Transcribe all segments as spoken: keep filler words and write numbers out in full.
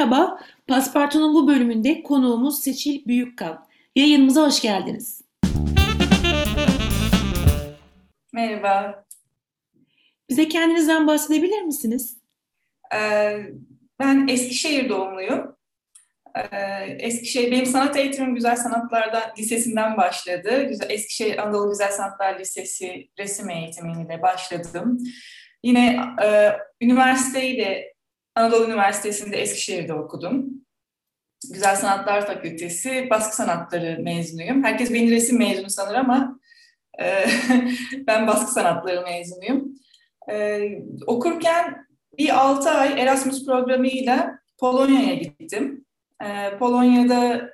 Merhaba, Paspartu'nun bu bölümünde konuğumuz Seçil Büyükkan. Yayınımıza hoş geldiniz. Merhaba. Bize kendinizden bahsedebilir misiniz? Ee, Ben Eskişehir doğumluyum. Ee, Eskişehir, benim sanat eğitimim Güzel Sanatlar'da Lisesi'nden başladı. Güzel, Eskişehir Anadolu Güzel Sanatlar Lisesi resim eğitimiyle başladım. Yine e, üniversiteyi de Anadolu Üniversitesi'nde Eskişehir'de okudum. Güzel Sanatlar Fakültesi Baskı Sanatları mezunuyum. Herkes beni resim mezunu sanır ama e, ben baskı sanatları mezunuyum. Ee, Okurken bir altı ay Erasmus programıyla Polonya'ya gittim. Ee, Polonya'da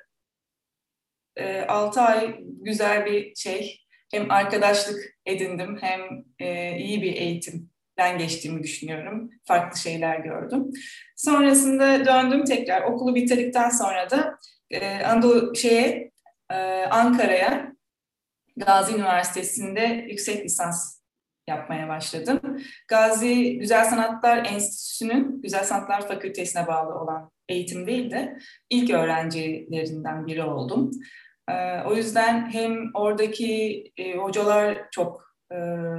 e, altı ay güzel bir şey, hem arkadaşlık edindim hem e, iyi bir eğitimden geçtiğimi düşünüyorum. Farklı şeyler gördüm. Sonrasında döndüm tekrar okulu bitirdikten sonra da e, Anadolu şeye e, Ankara'ya Gazi Üniversitesi'nde yüksek lisans yapmaya başladım. Gazi Güzel Sanatlar Enstitüsü'nün Güzel Sanatlar Fakültesine bağlı olan eğitim değil de ilk öğrencilerinden biri oldum. Ee, o yüzden hem oradaki e, hocalar çok e,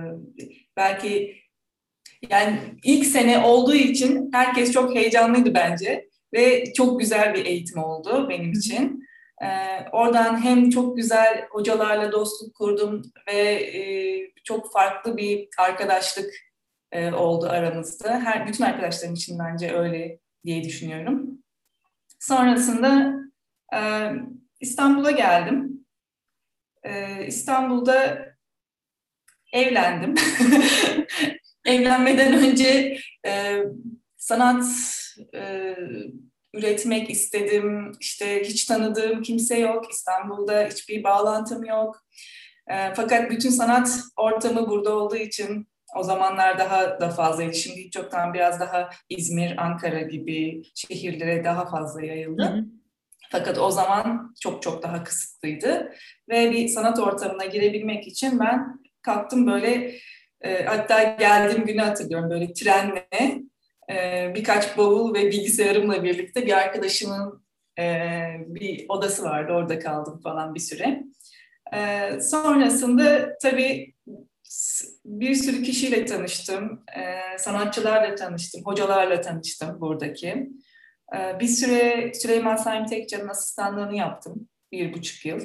belki yani ilk sene olduğu için herkes çok heyecanlıydı bence ve çok güzel bir eğitim oldu benim Hı hı. için. Ee, oradan hem çok güzel hocalarla dostluk kurdum ve e, çok farklı bir arkadaşlık e, oldu aramızda. Her bütün arkadaşlarım için bence öyle diye düşünüyorum. Sonrasında e, İstanbul'a geldim. E, İstanbul'da evlendim. Evlenmeden önce e, sanat e, üretmek istedim. İşte hiç tanıdığım kimse yok. İstanbul'da hiçbir bağlantım yok. E, fakat bütün sanat ortamı burada olduğu için o zamanlar daha da fazlaydı. Şimdi hiç çoktan biraz daha İzmir, Ankara gibi şehirlere daha fazla Hı yayıldı. hı. Fakat o zaman çok çok daha kısıtlıydı. Ve bir sanat ortamına girebilmek için ben kalktım böyle, e, hatta geldiğim günü hatırlıyorum, böyle trenle e, birkaç bavul ve bilgisayarımla birlikte bir arkadaşımın e, bir odası vardı. Orada kaldım falan bir süre. E, sonrasında tabii bir sürü kişiyle tanıştım. E, sanatçılarla tanıştım, hocalarla tanıştım buradaki. Ee, Bir süre Süleyman Saim Tekcan'ın asistanlığını yaptım. Bir buçuk yıl.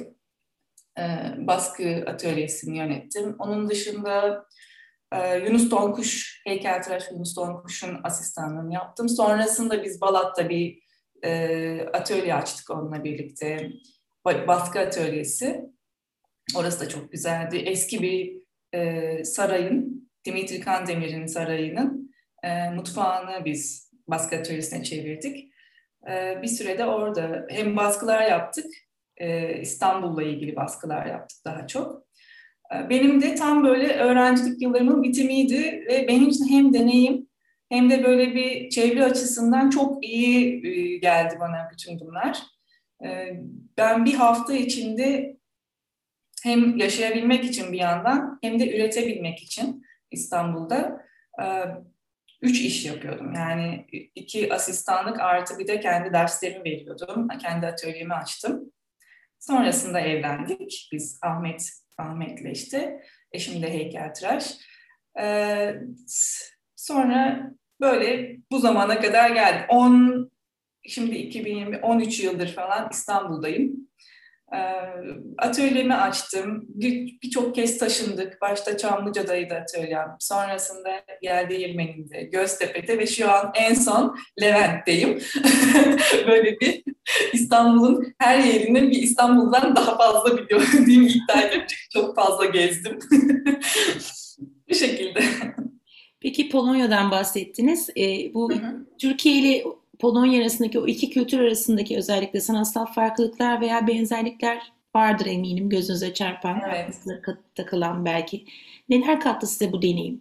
Ee, Baskı atölyesini yönettim. Onun dışında e, Yunus Donkuş, heykeltıraş Yunus Donkuş'un asistanlığını yaptım. Sonrasında biz Balat'ta bir e, atölye açtık onunla birlikte. Ba- Baskı atölyesi. Orası da çok güzeldi. Eski bir e, sarayın, Dimitri Kandemir'in sarayının e, mutfağını biz baskı atölyesine çevirdik. Ee, bir sürede orada hem baskılar yaptık, e, İstanbul'la ilgili baskılar yaptık daha çok. Ee, Benim de tam böyle öğrencilik yıllarımın bitimiydi ve benim için hem deneyim hem de böyle bir çevre açısından çok iyi e, geldi bana bütün bunlar. Ee, Ben bir hafta içinde hem yaşayabilmek için bir yandan hem de üretebilmek için İstanbul'da e, üç iş yapıyordum. Yani iki asistanlık artı bir de kendi derslerimi veriyordum. Kendi atölyemi açtım. Sonrasında evlendik. Biz Ahmet Ahmet'le işte. Eşim de heykeltıraş. Ee, Sonra böyle bu zamana kadar geldik. on, şimdi iki bin yirmi, on üç yıldır falan İstanbul'dayım. Ee, Atölyemi açtım. Bir- Birçok kez taşındık. Başta Çamlıca'daydı atölyem. Sonrasında Yerdeğirmen'inde, Göztepe'de ve şu an en son Levent'teyim. Böyle bir İstanbul'un her yerini bir İstanbul'dan daha fazla biliyorum diyeyim, iddia ederim. Çünkü çok fazla gezdim. Bu şekilde. Peki Polonya'dan bahsettiniz. Ee, bu Hı hı. Türkiye ile Polonya arasındaki o iki kültür arasındaki özellikle sanatsal farklılıklar veya benzerlikler vardır eminim gözünüze çarpan, Evet. aklınıza takılan belki. Neler kattı size bu deneyim?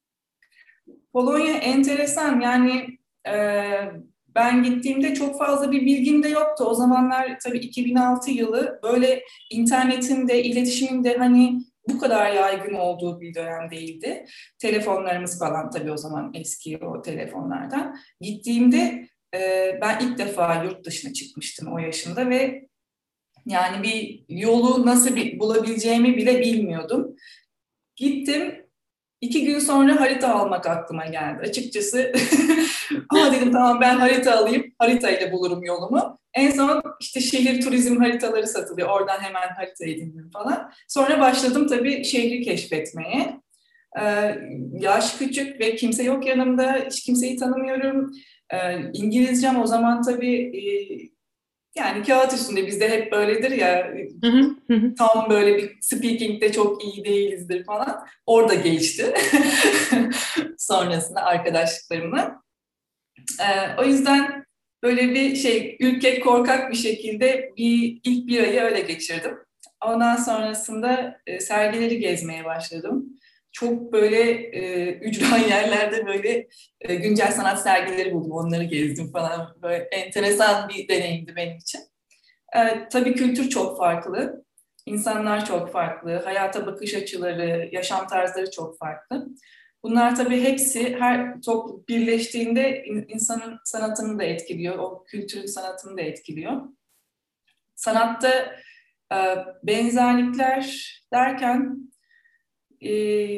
Polonya enteresan yani, e, ben gittiğimde çok fazla bir bilgim de yoktu. O zamanlar tabii iki bin altı yılı, böyle internetin de iletişimin de hani bu kadar yaygın olduğu bir dönem değildi. Telefonlarımız falan tabii o zaman eski o telefonlardan. Gittiğimde e, ben ilk defa yurt dışına çıkmıştım o yaşımda ve yani bir yolu nasıl bir bulabileceğimi bile bilmiyordum. Gittim. İki gün sonra harita almak aklıma geldi. Açıkçası ama dedim tamam ben harita alayım, haritayla bulurum yolumu. En son işte şehir turizm haritaları satılıyor. Oradan hemen harita edindim falan. Sonra başladım tabii şehri keşfetmeye. Ee, yaş küçük ve kimse yok yanımda, hiç kimseyi tanımıyorum. Ee, İngilizcem o zaman tabii e, yani kağıt üstünde bizde hep böyledir ya, Hı hı, hı hı. tam böyle bir speaking'de çok iyi değilizdir falan. Orada geçti. Sonrasında arkadaşlıklarımla. Ee, o yüzden böyle bir şey, ürkek korkak bir şekilde bir ilk bir ayı öyle geçirdim. Ondan sonrasında e, sergileri gezmeye başladım. Çok böyle e, ücra yerlerde böyle e, güncel sanat sergileri buldum. Onları gezdim falan. Böyle enteresan bir deneyimdi benim için. E, tabii kültür çok farklı. İnsanlar çok farklı. Hayata bakış açıları, yaşam tarzları çok farklı. Bunlar tabii hepsi her topluluk birleştiğinde insanın sanatını da etkiliyor, o kültürün sanatını da etkiliyor. Sanatta e, benzerlikler derken e,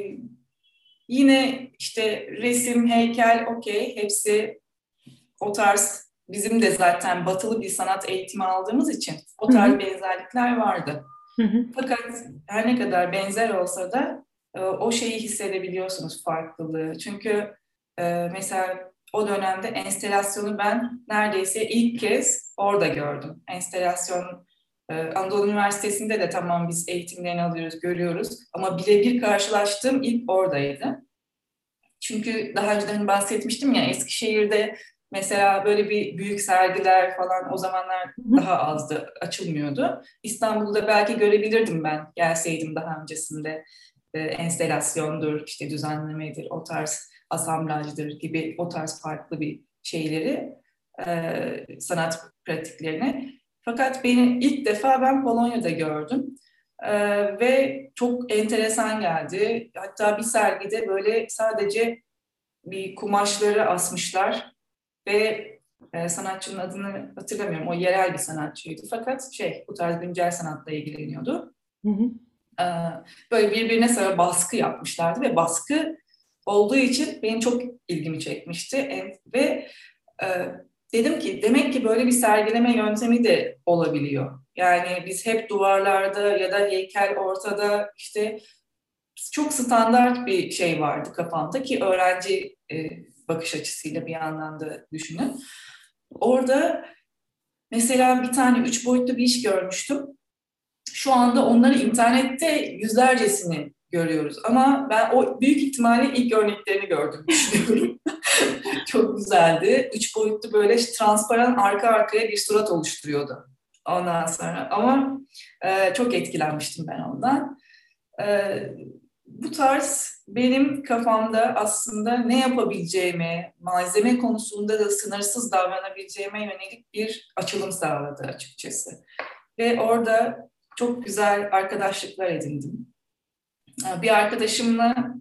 yine işte resim, heykel, okey, hepsi o tarz, bizim de zaten batılı bir sanat eğitimi aldığımız için o Hı tarz hı, benzerlikler vardı. hı hı. Fakat her ne kadar benzer olsa da e, o şeyi hissedebiliyorsunuz, farklılığı. Çünkü e, mesela o dönemde enstelasyonu ben neredeyse ilk kez orada gördüm. Enstelasyon e, Anadolu Üniversitesi'nde de tamam biz eğitimlerini alıyoruz, görüyoruz. Ama birebir karşılaştığım ilk oradaydı. Çünkü daha önce hani bahsetmiştim ya, Eskişehir'de mesela böyle bir büyük sergiler falan o zamanlar Hı hı. daha azdı, açılmıyordu. İstanbul'da belki görebilirdim ben gelseydim daha öncesinde. E, enstelasyondur, işte düzenlemedir, o tarz asamblajdır gibi o tarz farklı bir şeyleri, e, sanat pratiklerini. Fakat beni ilk defa ben Polonya'da gördüm. Ee, ve çok enteresan geldi. Hatta bir sergide böyle sadece bir kumaşları asmışlar ve e, sanatçının adını hatırlamıyorum. O yerel bir sanatçıydı. Fakat şey, bu tarz güncel sanatla ilgileniyordu. Hı hı. Ee, böyle birbirine sarı baskı yapmışlardı ve baskı olduğu için benim çok ilgimi çekmişti. En- ve e, dedim ki demek ki böyle bir sergileme yöntemi de olabiliyor. Yani biz hep duvarlarda ya da heykel ortada, işte çok standart bir şey vardı kafamda ki öğrenci e, bakış açısıyla bir yandan da düşünün. Orada mesela bir tane üç boyutlu bir iş görmüştüm. Şu anda onları internette yüzlercesini görüyoruz. Ama ben o büyük ihtimalle ilk örneklerini gördüm düşünüyorum. Çok güzeldi. Üç boyutlu böyle transparan arka arkaya bir surat oluşturuyordu. Ondan sonra ama e, çok etkilenmiştim ben ondan. E, bu tarz benim kafamda aslında ne yapabileceğime, malzeme konusunda da sınırsız davranabileceğime yönelik bir açılım sağladı açıkçası. Ve orada çok güzel arkadaşlıklar edindim. Bir arkadaşımla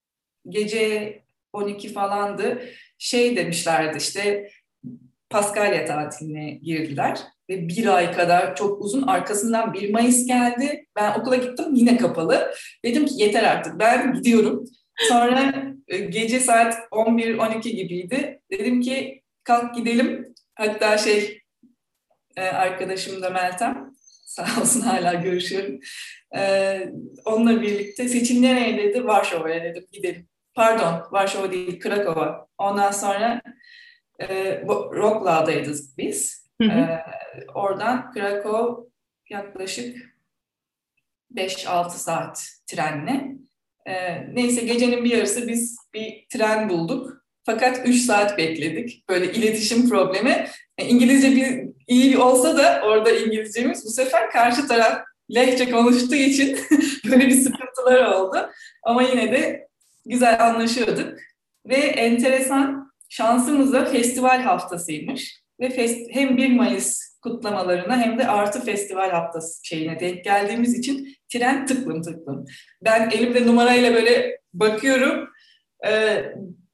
gece on iki falandı. Şey demişlerdi işte, Paskalya tatiline girdiler. Ve bir ay kadar çok uzun. Arkasından bir Mayıs geldi. Ben okula gittim, yine kapalı. Dedim ki yeter artık, ben gidiyorum. Sonra e, gece saat on bir on iki gibiydi. Dedim ki kalk gidelim. Hatta şey, e, arkadaşım da Meltem. Sağ olsun hala görüşüyorum. E, onunla birlikte seçim nereye dedi? Varşova'ya dedim, gidelim. Pardon, Varşova değil, Krakow'a. Ondan sonra e, Wrocław'daydık biz. Hı hı. E, oradan Krakow yaklaşık beş altı saat trenle. E, neyse gecenin bir yarısı biz bir tren bulduk. Fakat üç saat bekledik. Böyle iletişim problemi. E, İngilizce bir iyi bir olsa da orada İngilizcemiz bu sefer karşı taraf lehçe konuştuğu için böyle bir sıkıntılar oldu. Ama yine de güzel anlaşıyorduk. Ve enteresan, şansımıza festival haftasıymış. Ve fest- hem bir Mayıs kutlamalarına hem de artı festival haftası şeyine denk geldiğimiz için tren tıklım tıklım. Ben elimde numarayla böyle bakıyorum. Ee,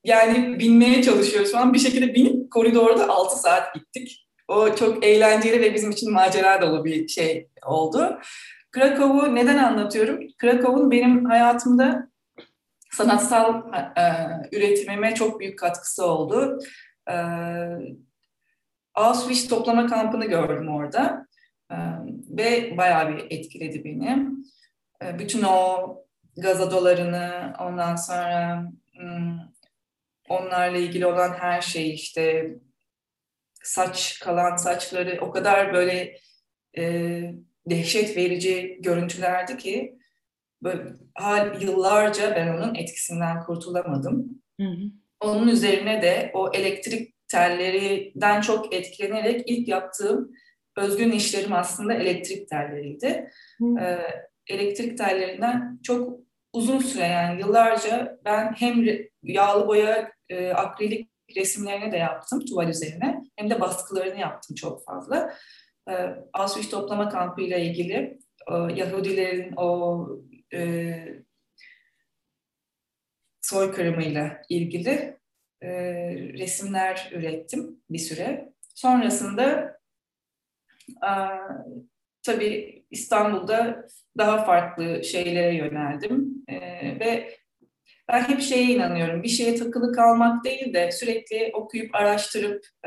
yani binmeye çalışıyoruz falan. Bir şekilde binip koridorda altı saat gittik. O çok eğlenceli ve bizim için macera dolu bir şey oldu. Krakow'u neden anlatıyorum? Krakow'un benim hayatımda sanatsal e, üretimime çok büyük katkısı oldu. E, Auschwitz toplama kampını gördüm orada. E, Ve bayağı bir etkiledi beni. E, bütün o gaz odalarını, ondan sonra hmm, onlarla ilgili olan her şey, işte saç, kalan saçları o kadar böyle e, dehşet verici görüntülerdi ki böyle, hal, yıllarca ben onun etkisinden kurtulamadım. Hı hı. Onun üzerine de o elektrik tellerinden çok etkilenerek ilk yaptığım özgün işlerim aslında elektrik telleriydi. Hı. Ee, Elektrik tellerinden çok uzun süre, yani yıllarca ben hem re- yağlı boya, e, akrilik resimlerini de yaptım tuval üzerine, hem de baskılarını yaptım çok fazla. Ee, Auschwitz toplama kampıyla ilgili o Yahudilerin o e, soykırımıyla ilgili e, resimler ürettim bir süre. Sonrasında e, tabii İstanbul'da daha farklı şeylere yöneldim. E, ve ben hep şeye inanıyorum, bir şeye takılı kalmak değil de sürekli okuyup araştırıp e,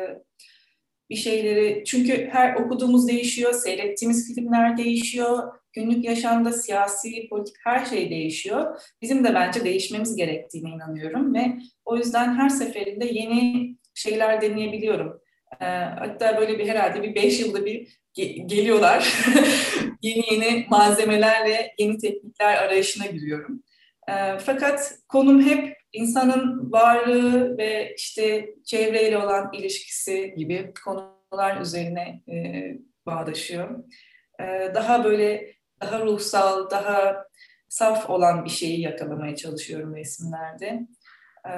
bir şeyleri, çünkü her okuduğumuz değişiyor, seyrettiğimiz filmler değişiyor, günlük yaşamda siyasi, politik her şey değişiyor. Bizim de bence değişmemiz gerektiğine inanıyorum ve o yüzden her seferinde yeni şeyler deneyebiliyorum. Ee, hatta böyle bir herhalde bir beş yılda bir ge- geliyorlar. Yeni yeni malzemelerle yeni teknikler arayışına giriyorum. Ee, fakat konum hep insanın varlığı ve işte çevreyle olan ilişkisi gibi konular üzerine e, bağdaşıyor. Ee, daha böyle daha ruhsal, daha saf olan bir şeyi yakalamaya çalışıyorum resimlerde. Ee,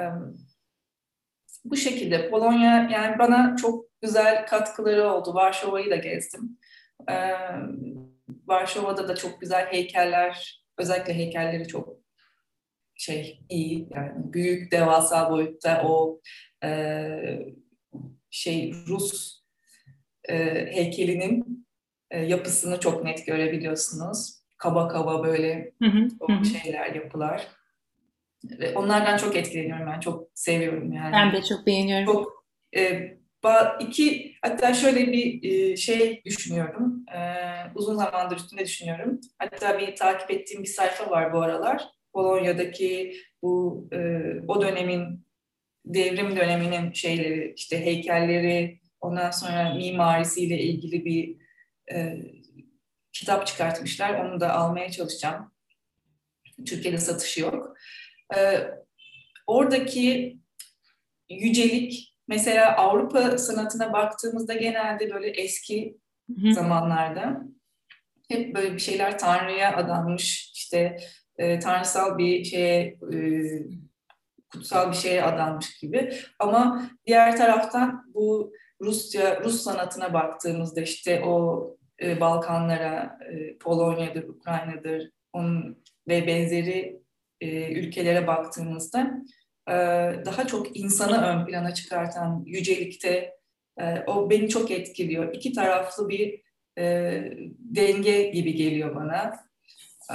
Bu şekilde Polonya yani bana çok güzel katkıları oldu. Varşova'yı da gezdim. Ee, Varşova'da da çok güzel heykeller, özellikle heykelleri çok şey iyi, yani büyük devasa boyutta o e, şey Rus e, heykelinin e, yapısını çok net görebiliyorsunuz. Kaba kaba böyle Hı hı. o Hı hı. şeyler, yapılar. Ve onlardan çok etkileniyorum, ben çok seviyorum Ben yani. de çok beğeniyorum. Çok e, ba- iki hatta şöyle bir e, şey düşünüyorum. E, uzun zamandır üstünde düşünüyorum. Hatta bir takip ettiğim bir sayfa var bu aralar. Polonya'daki bu e, o dönemin devrim döneminin şeyleri, işte heykelleri, ondan sonra mimarisiyle ilgili bir e, kitap çıkartmışlar. Onu da almaya çalışacağım. Türkiye'de satışı yok. E, Oradaki yücelik, mesela Avrupa sanatına baktığımızda genelde böyle eski Hı hı. zamanlarda hep böyle bir şeyler Tanrı'ya adanmış, işte e, tanrısal bir şeye, e, kutsal bir şeye adanmış gibi. Ama diğer taraftan bu Rusya, Rus sanatına baktığımızda işte o e, Balkanlara, e, Polonya'dır, Ukrayna'dır, onun ve benzeri e, ülkelere baktığımızda e, daha çok insanı ön plana çıkartan yücelikte e, o beni çok etkiliyor. İki taraflı bir e, denge gibi geliyor bana. E,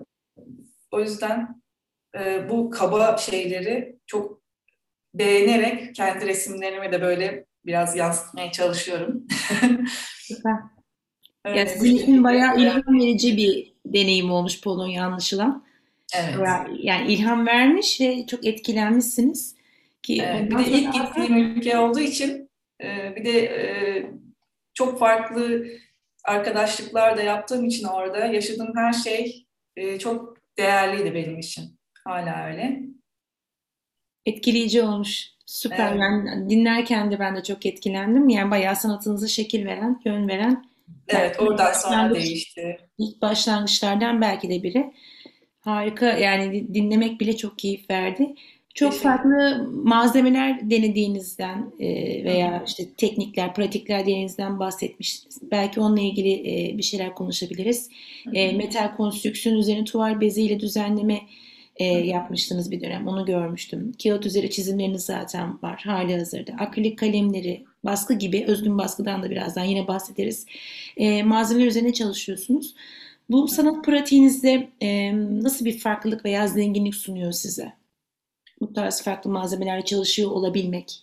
O yüzden e, bu kaba şeyleri çok beğenerek kendi resimlerimi de böyle biraz yansıtmaya çalışıyorum. Süper. Ya Öyle bu sizin için şekilde. bayağı ilham verici bir deneyim olmuş Polonya anlaşılan. Evet. Bayağı, yani ilham vermiş ve çok etkilenmişsiniz ki Evet. Bir ondan de sonra ilk aslında gittiğim ülke olduğu için e, bir de e, çok farklı arkadaşlıklar da yaptığım için orada yaşadığım her şey e, çok değerliydi benim için. Hala öyle. etkileyici olmuş. Süper. Evet. Yani dinlerken de ben de çok etkilendim. Yani bayağı sanatınıza şekil veren, yön veren belki Evet, ilk oradan sonra başlangıç, değişti. ilk başlangıçlardan belki de biri. Harika. Yani dinlemek bile çok keyif verdi. Çok Teşekkür farklı malzemeler denediğinizden e, veya ederim. işte teknikler, pratikler denediğinizden bahsetmiştiniz. Belki onunla ilgili e, bir şeyler konuşabiliriz. Hı E, hı. metal konstrüksiyon üzerine tuval beziyle düzenleme e, Hı yapmıştınız bir dönem. Onu görmüştüm. Kağıt üzeri çizimleriniz zaten var hali hazırda. Akrilik kalemleri, baskı gibi özgün baskıdan da birazdan yine bahsederiz. E, malzemeler üzerine çalışıyorsunuz. Bu hı. sanat pratiğinizde e, nasıl bir farklılık veya zenginlik sunuyor size? Bu tarz farklı malzemelerle çalışıyor olabilmek.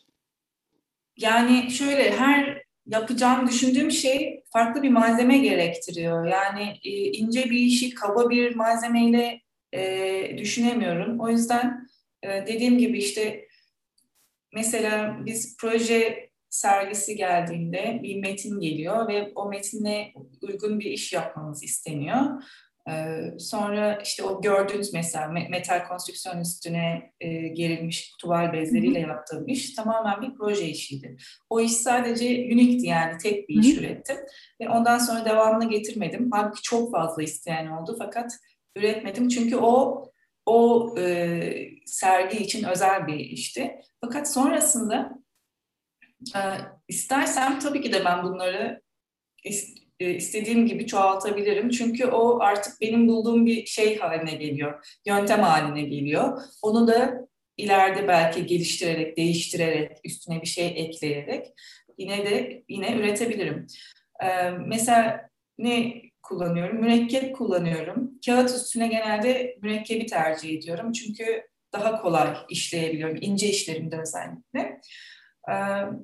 Yani şöyle, her yapacağım düşündüğüm şey farklı bir malzeme gerektiriyor. Yani e, ince bir işi kaba bir malzemeyle e, düşünemiyorum. O yüzden e, dediğim gibi işte mesela biz proje sergisi geldiğinde bir metin geliyor ve o metinle uygun bir iş yapmamız isteniyor. Ee, sonra işte o gördüğünüz mesela metal konstrüksiyon üstüne e, gerilmiş tuval Hı hı. bezleriyle yaptığım iş tamamen bir proje işiydi. O iş sadece unikti, yani tek bir Hı iş hı. ürettim ve ondan sonra devamını getirmedim. Halbuki çok fazla isteyen oldu fakat üretmedim çünkü o o e, sergi için özel bir işti. Fakat sonrasında e, istersem tabii ki de ben bunları is- e, istediğim gibi çoğaltabilirim. Çünkü o artık benim bulduğum bir şey haline geliyor, yöntem haline geliyor. Onu da ileride belki geliştirerek, değiştirerek, üstüne bir şey ekleyerek yine de yine üretebilirim. E, mesela ne kullanıyorum? Mürekkep kullanıyorum. Kağıt üstüne genelde mürekkebi tercih ediyorum. Çünkü daha kolay işleyebiliyorum, ince işlerimde özellikle. E,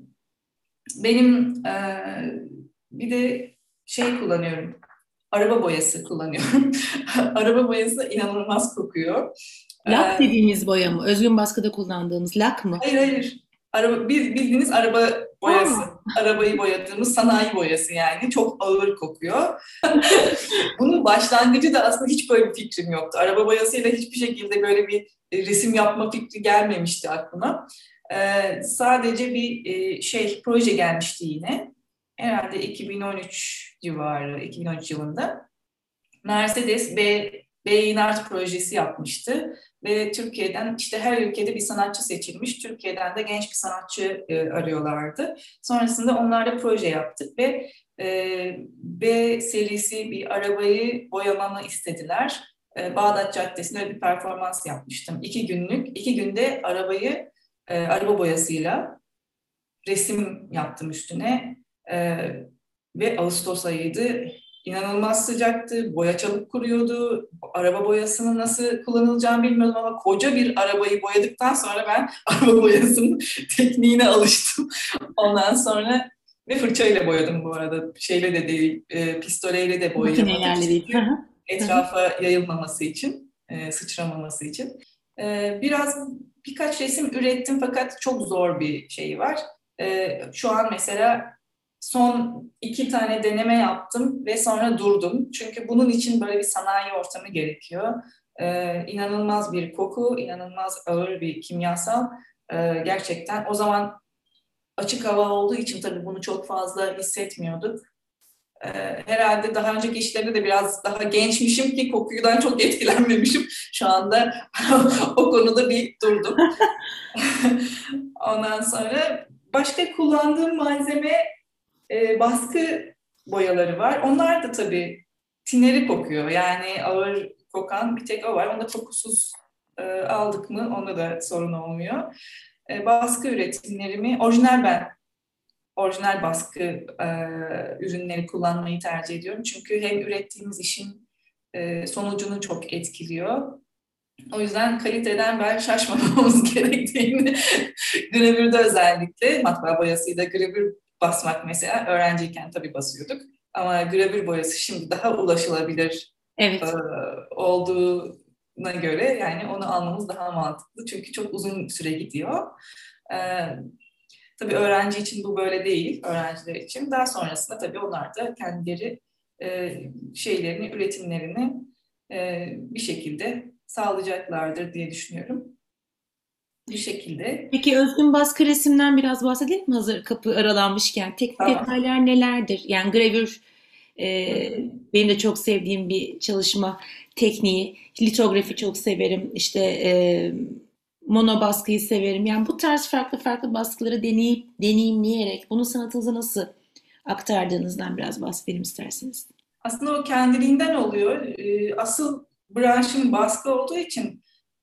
benim e, bir de şey kullanıyorum. Araba boyası kullanıyorum. Araba boyası inanılmaz kokuyor. E, Lak dediğimiz boya mı? Özgün baskıda kullandığımız lak mı? hayır hayır. Araba, biz bildiğiniz araba boyası. Aa, Arabayı boyadığımız sanayi boyası yani. Çok ağır kokuyor. Bunun başlangıcı da aslında hiç böyle bir fikrim yoktu. Araba boyasıyla hiçbir şekilde böyle bir e, resim yapma fikri gelmemişti aklıma. Ee, sadece bir e, şey proje gelmişti yine. Herhalde iki bin on üç civarı, iki bin on üç yılında. Mercedes B, Beyin Art projesi yapmıştı ve Türkiye'den işte her ülkede bir sanatçı seçilmiş. Türkiye'den de genç bir sanatçı e, arıyorlardı. Sonrasında onlarla proje yaptık ve e, B serisi bir arabayı boyamamı istediler. E, Bağdat Caddesi'nde bir performans yapmıştım. İki günlük, iki günde arabayı e, araba boyasıyla resim yaptım üstüne. E, ve Ağustos ayıydı. İnanılmaz sıcaktı. Boya çabuk kuruyordu. Araba boyasının nasıl kullanılacağını bilmiyordum ama koca bir arabayı boyadıktan sonra ben araba boyasının tekniğine alıştım. Ondan sonra ve fırçayla boyadım bu arada. Şeyle de değil, e, pistoleyle de boyayamadım. makinelerle değil. Hı Çünkü hı. Hı hı. etrafa yayılmaması için, e, sıçramaması için. E, biraz birkaç resim ürettim fakat çok zor bir şey var. E, şu an mesela son iki tane deneme yaptım ve sonra durdum. Çünkü bunun için böyle bir sanayi ortamı gerekiyor. Ee, inanılmaz bir koku, inanılmaz ağır bir kimyasal. Ee, gerçekten o zaman açık hava olduğu için tabii bunu çok fazla hissetmiyorduk. Ee, herhalde daha önceki işlerimde de biraz daha gençmişim ki kokudan çok etkilenmemişim. Şu anda o konuda bir durdum. Ondan sonra başka kullandığım malzeme e, baskı boyaları var. Onlar da tabii tineri kokuyor. Yani ağır kokan bir tek o var. Onu da kokusuz e, aldık mı onda da sorun olmuyor. E, baskı üretimlerimi orijinal ben orijinal baskı e, ürünleri kullanmayı tercih ediyorum. Çünkü hem ürettiğimiz işin e, sonucunu çok etkiliyor. O yüzden kaliteden ben şaşmamamız gerektiğini gravürde özellikle matbaa boyasıyla gravür basmak mesela öğrenciyken tabii basıyorduk. Ama gravür boyası şimdi daha ulaşılabilir e, Evet. olduğuna göre yani onu almamız daha mantıklı. Çünkü çok uzun süre gidiyor. E, tabii öğrenci için bu böyle değil, öğrenciler için. Daha sonrasında tabii onlar da kendileri e, şeylerini, üretimlerini e, bir şekilde sağlayacaklardır diye düşünüyorum. Bu şekilde. Peki özgün baskı resimden biraz bahsedelim mi hazır kapı aralanmışken? Teknik Tamam. detaylar nelerdir? Yani gravür Hı e, hı. benim de çok sevdiğim bir çalışma tekniği. Litografi çok severim. İşte e, mono baskıyı severim. Yani bu tarz farklı farklı baskıları deneyip deneyimleyerek bunu sanatınıza nasıl aktardığınızdan biraz bahsedelim isterseniz. Aslında o kendiliğinden oluyor. Ee, Asıl branşım baskı olduğu için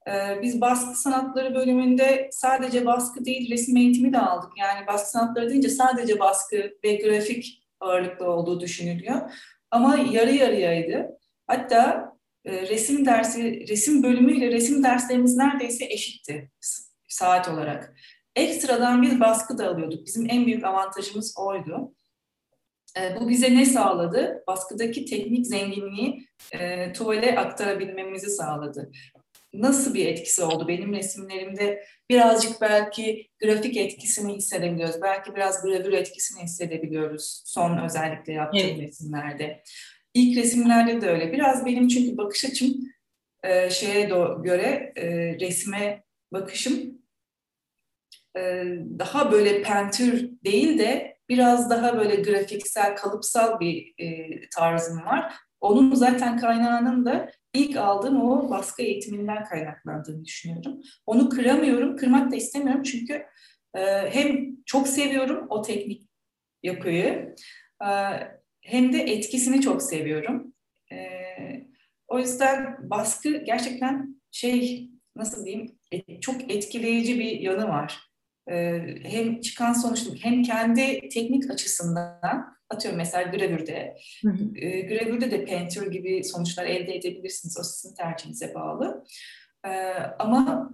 Ee, biz baskı sanatları bölümünde sadece baskı değil, resim eğitimi de aldık. Yani baskı sanatları deyince sadece baskı ve grafik ağırlıklı olduğu düşünülüyor. Ama yarı yarıyaydı. Hatta e, resim dersi, resim bölümüyle resim derslerimiz neredeyse eşitti saat olarak. Ekstradan bir baskı da alıyorduk. Bizim en büyük avantajımız oydu. E, bu bize ne sağladı? Baskıdaki teknik zenginliği e, tuvale aktarabilmemizi sağladı. Nasıl bir etkisi oldu? Benim resimlerimde birazcık belki grafik etkisini hissedebiliyoruz. Belki biraz gravür etkisini hissedebiliyoruz son özellikle yaptığım Evet. resimlerde. İlk resimlerde de öyle. Biraz benim çünkü bakış açım e, şeye do- göre e, resme bakışım e, daha böyle pentür değil de biraz daha böyle grafiksel, kalıpsal bir e, tarzım var. Onun zaten kaynağının da ilk aldığım o baskı eğitiminden kaynaklandığını düşünüyorum. Onu kıramıyorum, kırmak da istemiyorum çünkü e, hem çok seviyorum o teknik yapıyı, e, hem de etkisini çok seviyorum. E, o yüzden baskı gerçekten şey, nasıl diyeyim, e, çok etkileyici bir yanı var. Ee, hem çıkan sonuçta hem kendi teknik açısından atıyorum mesela gravürde Hı hı. e, gravürde de pentür gibi sonuçlar elde edebilirsiniz. O sizin tercihinize bağlı. Ee, ama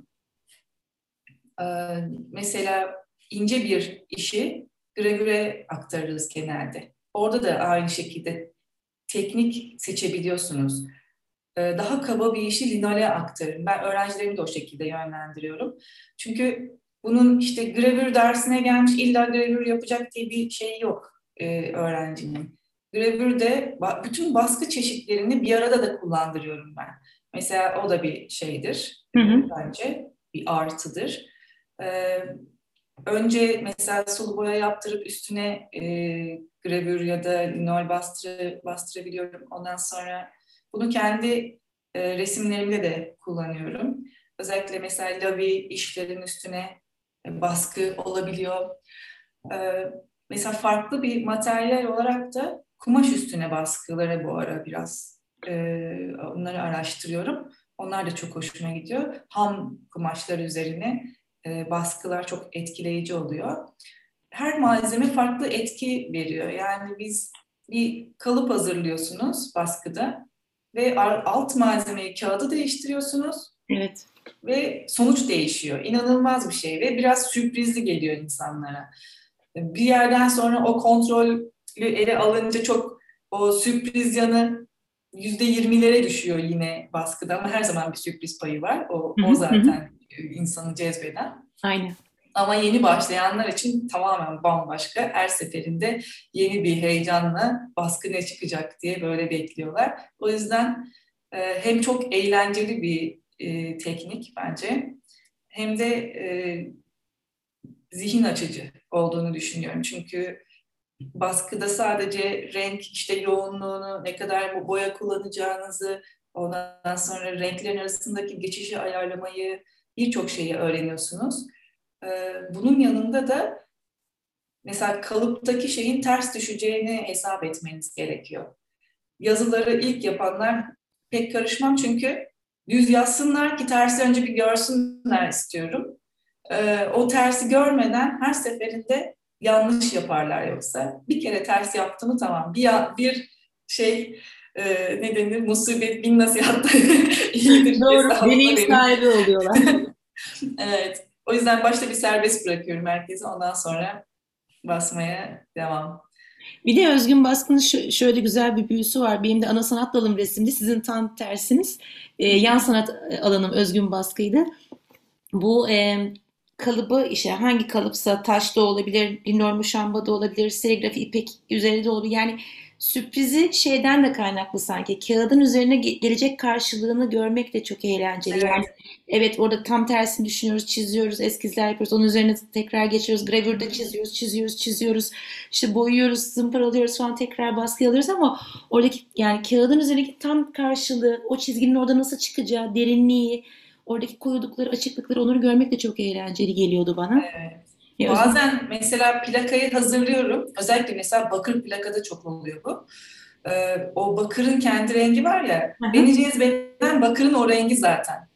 e, mesela ince bir işi gravüre aktarırız genelde. Orada da aynı şekilde teknik seçebiliyorsunuz. Ee, daha kaba bir işi linole aktarın. Ben öğrencilerimi de o şekilde yönlendiriyorum. Çünkü bunun işte gravür dersine gelmiş illa gravür yapacak diye bir şey yok e, öğrencinin. Gravürde ba- bütün baskı çeşitlerini bir arada da kullandırıyorum ben. Mesela o da bir şeydir Hı e, hı. bence bir artıdır. Ee, önce mesela sulu boya yaptırıp üstüne e, gravür ya da linol bastırı, bastırabiliyorum. Ondan sonra bunu kendi e, resimlerimde de kullanıyorum. Özellikle mesela lavi işlerin üstüne e, baskı olabiliyor. E, mesela farklı bir materyal olarak da kumaş üstüne baskıları bu ara biraz e, onları araştırıyorum. Onlar da çok hoşuma gidiyor. Ham kumaşlar üzerine e, baskılar çok etkileyici oluyor. Her malzeme farklı etki veriyor. Yani biz bir kalıp hazırlıyorsunuz baskıda ve alt malzemeyi kağıdı değiştiriyorsunuz Evet. ve sonuç değişiyor. İnanılmaz bir şey ve biraz sürprizli geliyor insanlara. Bir yerden sonra o kontrolü ele alınca çok o sürpriz yanı yüzde yirmilere düşüyor yine baskıda ama her zaman bir sürpriz payı var. O, Hı hı. o Hı hı. zaten insanı cezbeden. Aynen. Ama yeni başlayanlar için tamamen bambaşka. Her seferinde yeni bir heyecanla baskı ne çıkacak diye böyle bekliyorlar. O yüzden e, hem çok eğlenceli bir e, teknik bence hem de e, zihin açıcı olduğunu düşünüyorum. Çünkü baskıda sadece renk işte yoğunluğunu, ne kadar bu boya kullanacağınızı, ondan sonra renklerin arasındaki geçişi ayarlamayı, birçok şeyi öğreniyorsunuz. Ee, bunun yanında da mesela kalıptaki şeyin ters düşeceğini hesap etmeniz gerekiyor. Yazıları ilk yapanlar pek karışmam çünkü düz yazsınlar ki tersi önce bir görsünler istiyorum. Ee, o tersi görmeden her seferinde yanlış yaparlar yoksa. Bir kere ters yaptı mı tamam. Bir, bir şey e, ne denir? Musibet bin nasihatta iyidir Doğru. hesabında Deneyim benim. sahibi oluyorlar. Evet. O yüzden başta bir serbest bırakıyorum herkesi. Ondan sonra basmaya devam. Bir de Özgün Baskın'ın şö- şöyle güzel bir büyüsü var. Benim de ana sanat dalım resimdi. Sizin tam tersiniz. Ee, yan sanat alanım Özgün Baskı'ydı. Bu e, kalıbı işte hangi kalıpsa taş da olabilir, linoleum muşamba da olabilir, serigrafi ipek üzerinde de olabilir. Yani sürprizi şeyden de kaynaklı sanki. Kağıdın üzerine ge- gelecek karşılığını görmek de çok eğlenceli. Yani Evet. evet orada tam tersini düşünüyoruz, çiziyoruz, eskizler yapıyoruz. Onun üzerine tekrar geçiyoruz. Gravürde çiziyoruz, çiziyoruz, çiziyoruz. İşte boyuyoruz, zımparalıyoruz falan tekrar baskı alıyoruz ama oradaki yani kağıdın üzerindeki tam karşılığı, o çizginin orada nasıl çıkacağı, derinliği, oradaki koydukları açıklıkları onları görmek de çok eğlenceli geliyordu bana. Evet. Ya Özgün. Bazen mesela plakayı hazırlıyorum. Özellikle mesela bakır plakada çok oluyor bu. Ee, o bakırın kendi rengi var ya, Hı hı. beni cezbeden bakırın o rengi zaten.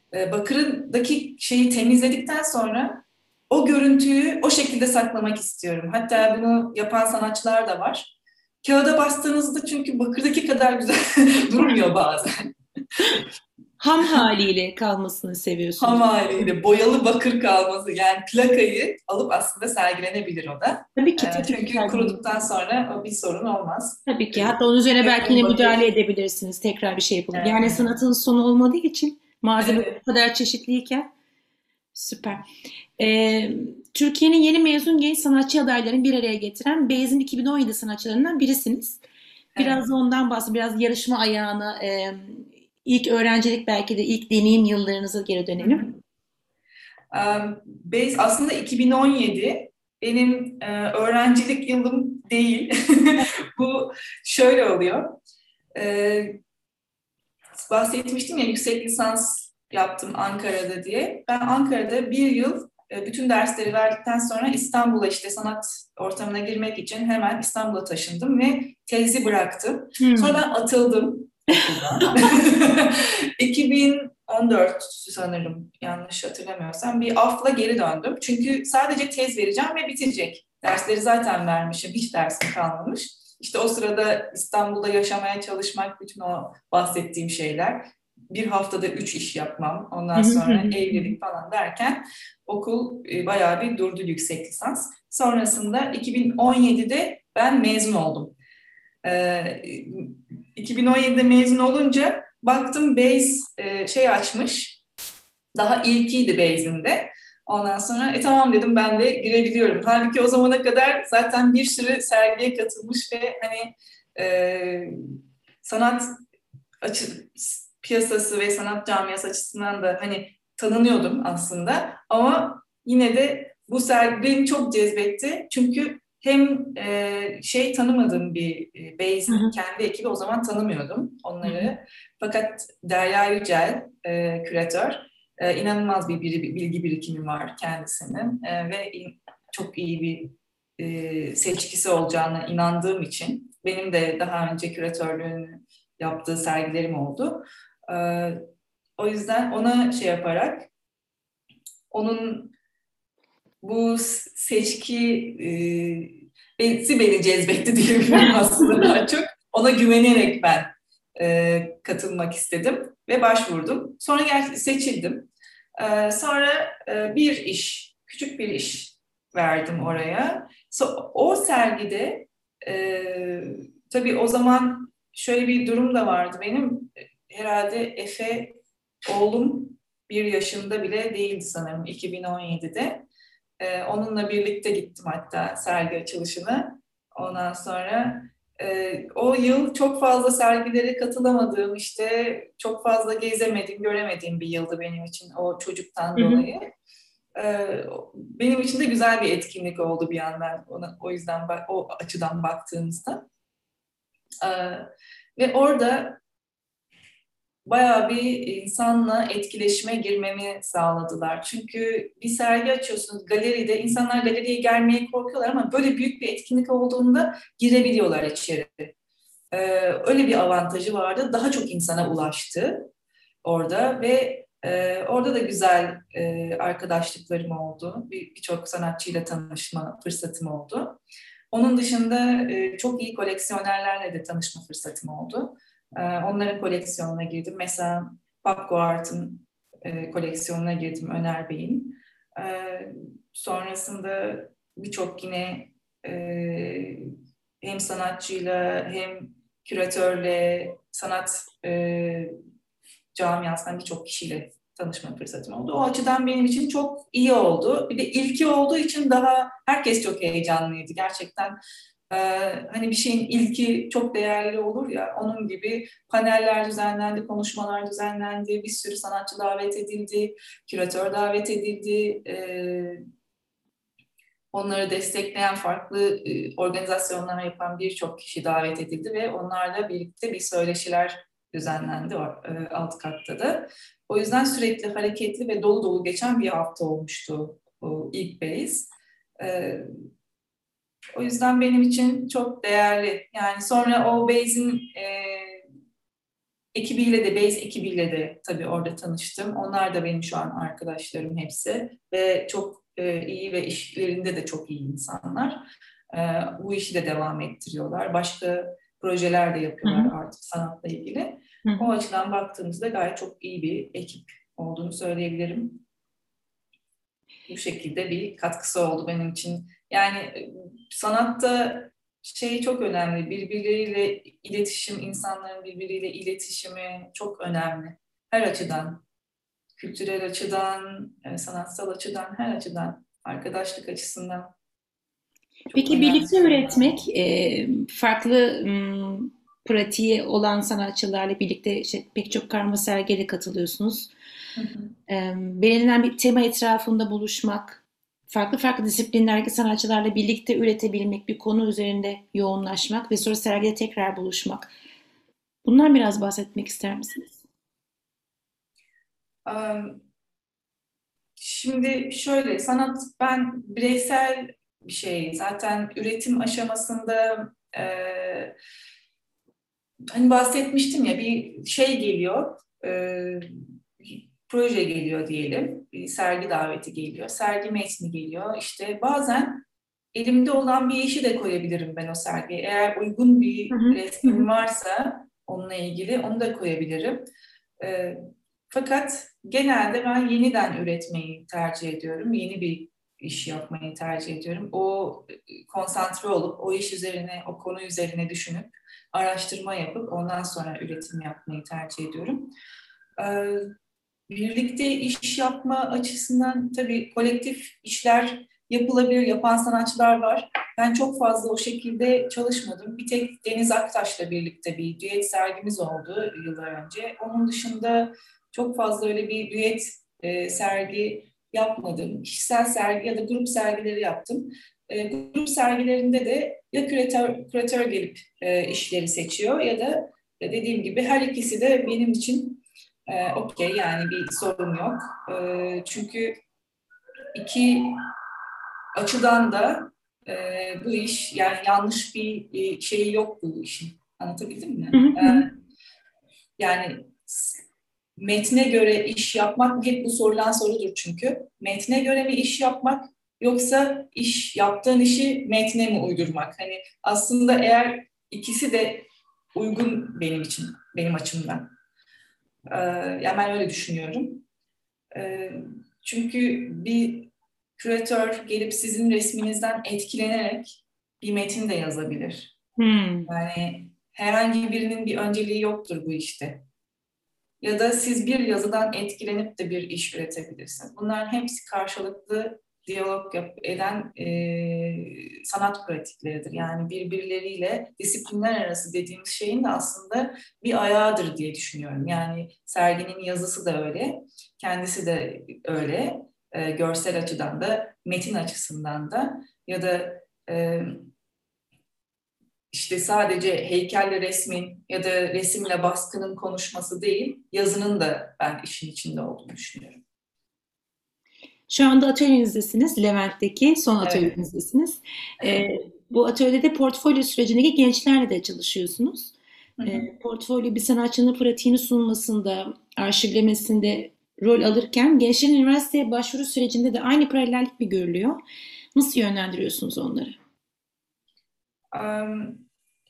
e, bakırdaki şeyi temizledikten sonra o görüntüyü o şekilde saklamak istiyorum. Hatta bunu yapan sanatçılar da var. Kağıda bastığınızda çünkü bakırdaki kadar güzel durmuyor bazen. Ham haliyle kalmasını Ham seviyorsunuz. haliyle boyalı bakır kalması, yani plakayı alıp aslında sergilenebilir o da. Tabii E, ki, tabii ki çünkü sergilenebilir. kuruduktan sonra o bir sorun olmaz. Tabii ki. E, Hatta onun üzerine belki hem yine müdahale bakır, edebilirsiniz. Tekrar bir şey yapalım. Yani evet, sanatın sonu olmadığı için malzeme evet. bu kadar çeşitliyken süper. Ee, Türkiye'nin yeni mezun genç sanatçı adaylarını bir araya getiren Beyz'in iki bin on yedi sanatçılarından birisiniz. Evet. Biraz da ondan bahsedin. Biraz yarışma ayağına, e, ilk öğrencilik belki de ilk deneyim yıllarınıza geri Hı dönelim. hı. Um, Base aslında iki bin on yedi benim e, öğrencilik yılım değil. Bu şöyle oluyor. E, bahsetmiştim ya, yüksek lisans yaptım Ankara'da diye. Ben Ankara'da bir yıl e, bütün dersleri verdikten sonra İstanbul'a, işte sanat ortamına girmek için hemen İstanbul'a taşındım ve tezi bıraktım. Sonra Hmm. ben atıldım okuldan. iki bin on dört sanırım, yanlış hatırlamıyorsam, bir afla geri döndüm. Çünkü sadece tez vereceğim ve bitecek. Dersleri zaten vermişim, hiç dersim kalmamış. İşte o sırada İstanbul'da yaşamaya çalışmak, bütün o bahsettiğim şeyler. Bir haftada üç iş yapmam, ondan sonra evlilik falan derken okul e, bayağı bir durdu, yüksek lisans. Sonrasında iki bin on yedide ben mezun oldum. Ee, iki bin on yedide mezun olunca baktım Base e, şey açmış. Daha ilkiydi Base'in de. Ondan sonra e tamam dedim, ben de girebiliyorum. Halbuki o zamana kadar zaten bir sürü sergiye katılmış ve hani e, sanat açı, piyasası ve sanat camiası açısından da hani tanınıyordum aslında. Ama yine de bu sergi beni çok cezbetti. Çünkü hem e, şey, tanımadığım bir e, Hı Beyz'in hı. kendi ekibi, o zaman tanımıyordum Hı hı. onları. Fakat Derya Yücel, e, küratör, e, inanılmaz bir, bir bilgi birikimi var kendisinin e, ve in, çok iyi bir e, seçkisi olacağına inandığım için, benim de daha önce küratörlüğünü yaptığı sergilerim oldu. Ee, o yüzden ona şey yaparak, onun bu seçki e, beni, beni cezbetti diyebilirim aslında daha çok. Ona güvenerek ben e, katılmak istedim ve başvurdum. Sonra gerçekten seçildim. Ee, sonra e, bir iş, küçük bir iş verdim oraya. So, o sergide e, tabii o zaman şöyle bir durum da vardı benim. Herhalde Efe, oğlum bir yaşında bile değildi sanırım iki bin on yedide. Ee, onunla birlikte gittim hatta sergi açılışına. Ondan sonra e, o yıl çok fazla sergilere katılamadığım, işte çok fazla gezemediğim, göremediğim bir yıldı benim için, o çocuktan Hı hı. dolayı. Ee, benim için de güzel bir etkinlik oldu bir yandan. Ona, o yüzden bak, o açıdan baktığımızda. Ee, ve orada bayağı bir insanla etkileşime girmemi sağladılar. Çünkü bir sergi açıyorsunuz galeride, insanlar galeriye gelmeye korkuyorlar ama böyle büyük bir etkinlik olduğunda girebiliyorlar içeri. Ee, öyle bir avantajı vardı. Daha çok insana ulaştı orada ve e, orada da güzel e, arkadaşlıklarım oldu. Bir- Birçok sanatçıyla tanışma fırsatım oldu. Onun dışında e, çok iyi koleksiyonerlerle de tanışma fırsatım oldu. E, onların koleksiyonuna girdim. Mesela Papko Art'ın e, koleksiyonuna girdim, Öner Bey'in. E, sonrasında birçok yine e, hem sanatçıyla hem küratörle, sanat e, camiasından birçok kişiyle tanışma fırsatım oldu. O açıdan benim için çok iyi oldu. Bir de ilki olduğu için daha herkes çok heyecanlıydı. Gerçekten e, hani bir şeyin ilki çok değerli olur ya, onun gibi paneller düzenlendi, konuşmalar düzenlendi, bir sürü sanatçı davet edildi, küratör davet edildi. E, onları destekleyen farklı e, organizasyonlar yapan birçok kişi davet edildi ve onlarla birlikte bir söyleşiler düzenlendi o, e, alt katta da. O yüzden sürekli hareketli ve dolu dolu geçen bir hafta olmuştu o ilk base. E, o yüzden benim için çok değerli. Yani sonra o base'in e, ekibiyle de, Base ekibiyle de tabii orada tanıştım. Onlar da benim şu an arkadaşlarım hepsi ve çok e, iyi ve işlerinde de çok iyi insanlar. E, bu işi de devam ettiriyorlar. Başka projeler de Hı yapıyorlar hı. artık sanatla ilgili. Hı hı. O açıdan baktığımızda gayet çok iyi bir ekip olduğunu söyleyebilirim. Bu şekilde bir katkısı oldu benim için. Yani e, sanatta şey çok önemli. Birbirleriyle iletişim, insanların birbiriyle iletişimi çok önemli. Her açıdan. Kültürel açıdan, e, sanatsal açıdan, her açıdan. Arkadaşlık açısından çok Peki önemli birlikte şeyler. üretmek, e, farklı m, pratiği olan sanatçılarla birlikte işte pek çok karma sergiye de katılıyorsunuz. Hı hı. E, belirlenen bir tema etrafında buluşmak, farklı farklı disiplinlerdeki sanatçılarla birlikte üretebilmek, bir konu üzerinde yoğunlaşmak ve sonra sergide tekrar buluşmak. Bundan biraz bahsetmek ister misiniz? Am, Şimdi şöyle, sanat ben bireysel bir şey. Zaten üretim aşamasında e, hani bahsetmiştim ya bir şey geliyor, e, bir proje geliyor diyelim, bir sergi daveti geliyor, sergi metni geliyor. İşte bazen elimde olan bir işi de koyabilirim ben o sergiye. Eğer uygun Hı bir hı, hı hı. resmim varsa onunla ilgili onu da koyabilirim. E, fakat genelde ben yeniden üretmeyi tercih ediyorum. Yeni bir iş yapmayı tercih ediyorum. O e, konsantre olup o iş üzerine, o konu üzerine düşünüp araştırma yapıp ondan sonra üretim yapmayı tercih ediyorum. Ee, birlikte iş yapma açısından tabii kolektif işler yapılabilir, yapan sanatçılar var. Ben çok fazla o şekilde çalışmadım. Bir tek Deniz Aktaş'la birlikte bir düet sergimiz oldu yıllar önce. Onun dışında çok fazla öyle bir düet e, sergi yapmadım. Kişisel sergi ya da grup sergileri yaptım. E, grup sergilerinde de ya küratör, küratör gelip e, işleri seçiyor ya da e, dediğim gibi her ikisi de benim için e, okey yani bir sorun yok. E, çünkü iki açıdan da e, bu iş yani yanlış bir e, şeyi yok bu işin. Anlatabildim Hı mi? hı, E, hı hı. yani metne göre iş yapmak hep bu sorulan sorudur çünkü. Metne göre mi iş yapmak yoksa iş yaptığın işi metne mi uydurmak? Hani aslında eğer ikisi de uygun benim için, benim açımdan. Ee, yani ben öyle düşünüyorum. Ee, çünkü bir küratör gelip sizin resminizden etkilenerek bir metin de yazabilir. Hmm. Yani herhangi birinin bir önceliği yoktur bu işte. Ya da siz bir yazıdan etkilenip de bir iş üretebilirsiniz. Bunların hepsi karşılıklı diyalog yap- eden e, sanat pratikleridir. Yani birbirleriyle disiplinler arası dediğimiz şeyin de aslında bir ayağıdır diye düşünüyorum. Yani serginin yazısı da öyle, kendisi de öyle. E, görsel açıdan da, metin açısından da ya da e, işte sadece heykelle resmin ya da resimle baskının konuşması değil, yazının da ben işin içinde olduğunu düşünüyorum. Şu anda atölyenizdesiniz. Levent'teki son Evet. atölyenizdesiniz. Ee, bu atölyede portfolyo sürecindeki gençlerle de çalışıyorsunuz. Hı hı. Ee, portfolyo bir sanatçının pratiğini sunmasında, arşivlemesinde rol alırken gençlerin üniversiteye başvuru sürecinde de aynı paralellik mi görülüyor? Nasıl yönlendiriyorsunuz onları? Am,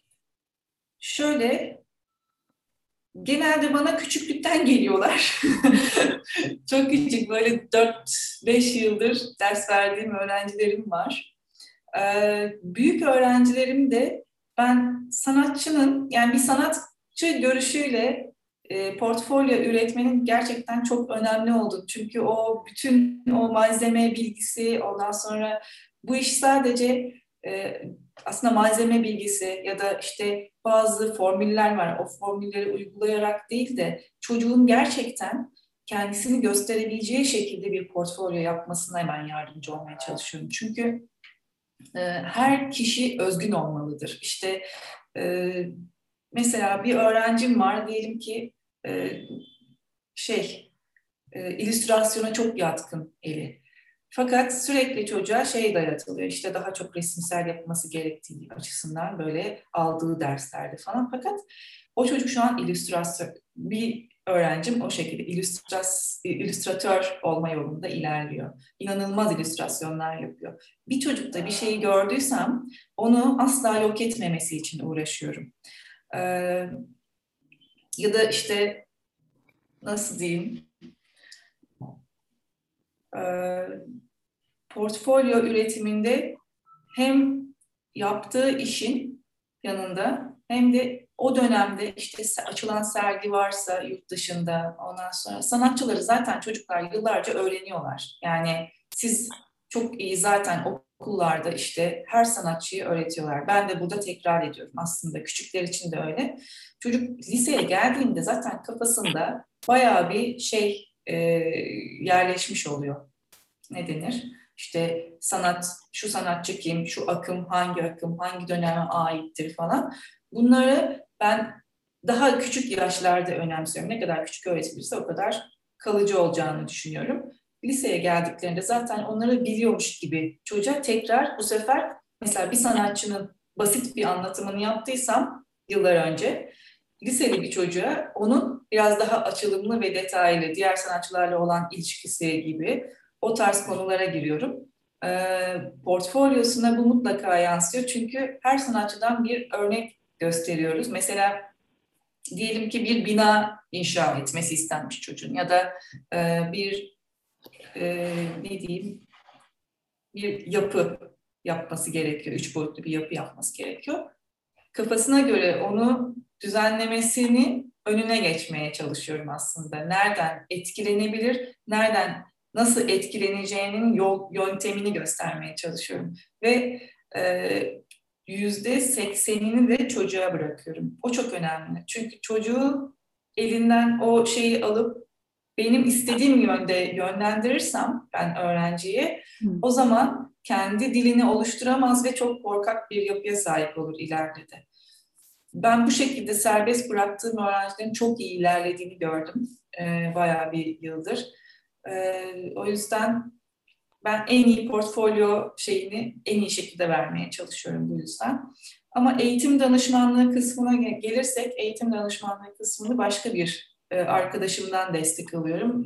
şöyle, genelde bana küçüklükten geliyorlar. Çok küçük, böyle dört beş yıldır ders verdiğim öğrencilerim var. Ee, büyük öğrencilerim de ben sanatçının yani bir sanatçı görüşüyle e, portfolyo üretmenin gerçekten çok önemli olduğunu. Çünkü o bütün o malzeme bilgisi ondan sonra bu iş sadece e, aslında malzeme bilgisi ya da işte bazı formüller var. O formülleri uygulayarak değil de çocuğun gerçekten kendisini gösterebileceği şekilde bir portfolyo yapmasına hemen yardımcı olmaya çalışıyorum. Çünkü e, her kişi özgün olmalıdır. İşte e, mesela bir öğrencim var diyelim ki e, şey e, illüstrasyona çok yatkın eli. Fakat sürekli çocuğa şey dayatılıyor işte daha çok resimsel yapması gerektiği açısından böyle aldığı derslerde falan. Fakat O çocuk şu an illüstrasyon, bir öğrencim o şekilde illüstras, illüstratör olma yolunda ilerliyor. İnanılmaz illüstrasyonlar yapıyor. Bir çocukta bir şeyi gördüysem onu asla yok etmemesi için uğraşıyorum. Ee, ya da işte nasıl diyeyim, Ee, portfolyo üretiminde hem yaptığı işin yanında hem de o dönemde işte açılan sergi varsa yurt dışında, ondan sonra sanatçıları zaten çocuklar yıllarca öğreniyorlar. Yani siz çok iyi zaten okullarda işte her sanatçıyı öğretiyorlar. Ben de burada tekrar ediyorum aslında, küçükler için de öyle. Çocuk liseye geldiğinde zaten kafasında bayağı bir şey e, yerleşmiş oluyor. Ne denir? İşte sanat, şu sanatçı kim, şu akım hangi akım, hangi döneme aittir falan. Bunları ben daha küçük yaşlarda önemsiyorum. Ne kadar küçük öğretilirse o kadar kalıcı olacağını düşünüyorum. Liseye geldiklerinde zaten onları biliyormuş gibi çocuğa tekrar bu sefer mesela bir sanatçının basit bir anlatımını yaptıysam yıllar önce, liseli bir çocuğa onun biraz daha açılımlı ve detaylı diğer sanatçılarla olan ilişkisi gibi o tarz konulara giriyorum. E, portfolyosuna bu mutlaka yansıyor. Çünkü her sanatçıdan bir örnek gösteriyoruz. Mesela diyelim ki bir bina inşa etmesi istenmiş çocuğun ya da e, bir e, ne diyeyim bir yapı yapması gerekiyor. Üç boyutlu bir yapı yapması gerekiyor. Kafasına göre onu düzenlemesini önüne geçmeye çalışıyorum aslında. Nereden etkilenebilir, nereden nasıl etkileneceğinin yol, yöntemini göstermeye çalışıyorum. Ve e, yüzde seksenini de çocuğa bırakıyorum. O çok önemli. Çünkü çocuğu elinden o şeyi alıp benim istediğim yönde yönlendirirsem ben öğrenciyi, o zaman kendi dilini oluşturamaz ve çok korkak bir yapıya sahip olur ileride de. Ben bu şekilde serbest bıraktığım öğrencilerin çok iyi ilerlediğini gördüm e, bayağı bir yıldır. E, o yüzden ben en iyi portfolyo şeyini en iyi şekilde vermeye çalışıyorum bu yüzden. Ama eğitim danışmanlığı kısmına gelirsek, eğitim danışmanlığı kısmını başka bir e, arkadaşımdan destek alıyorum.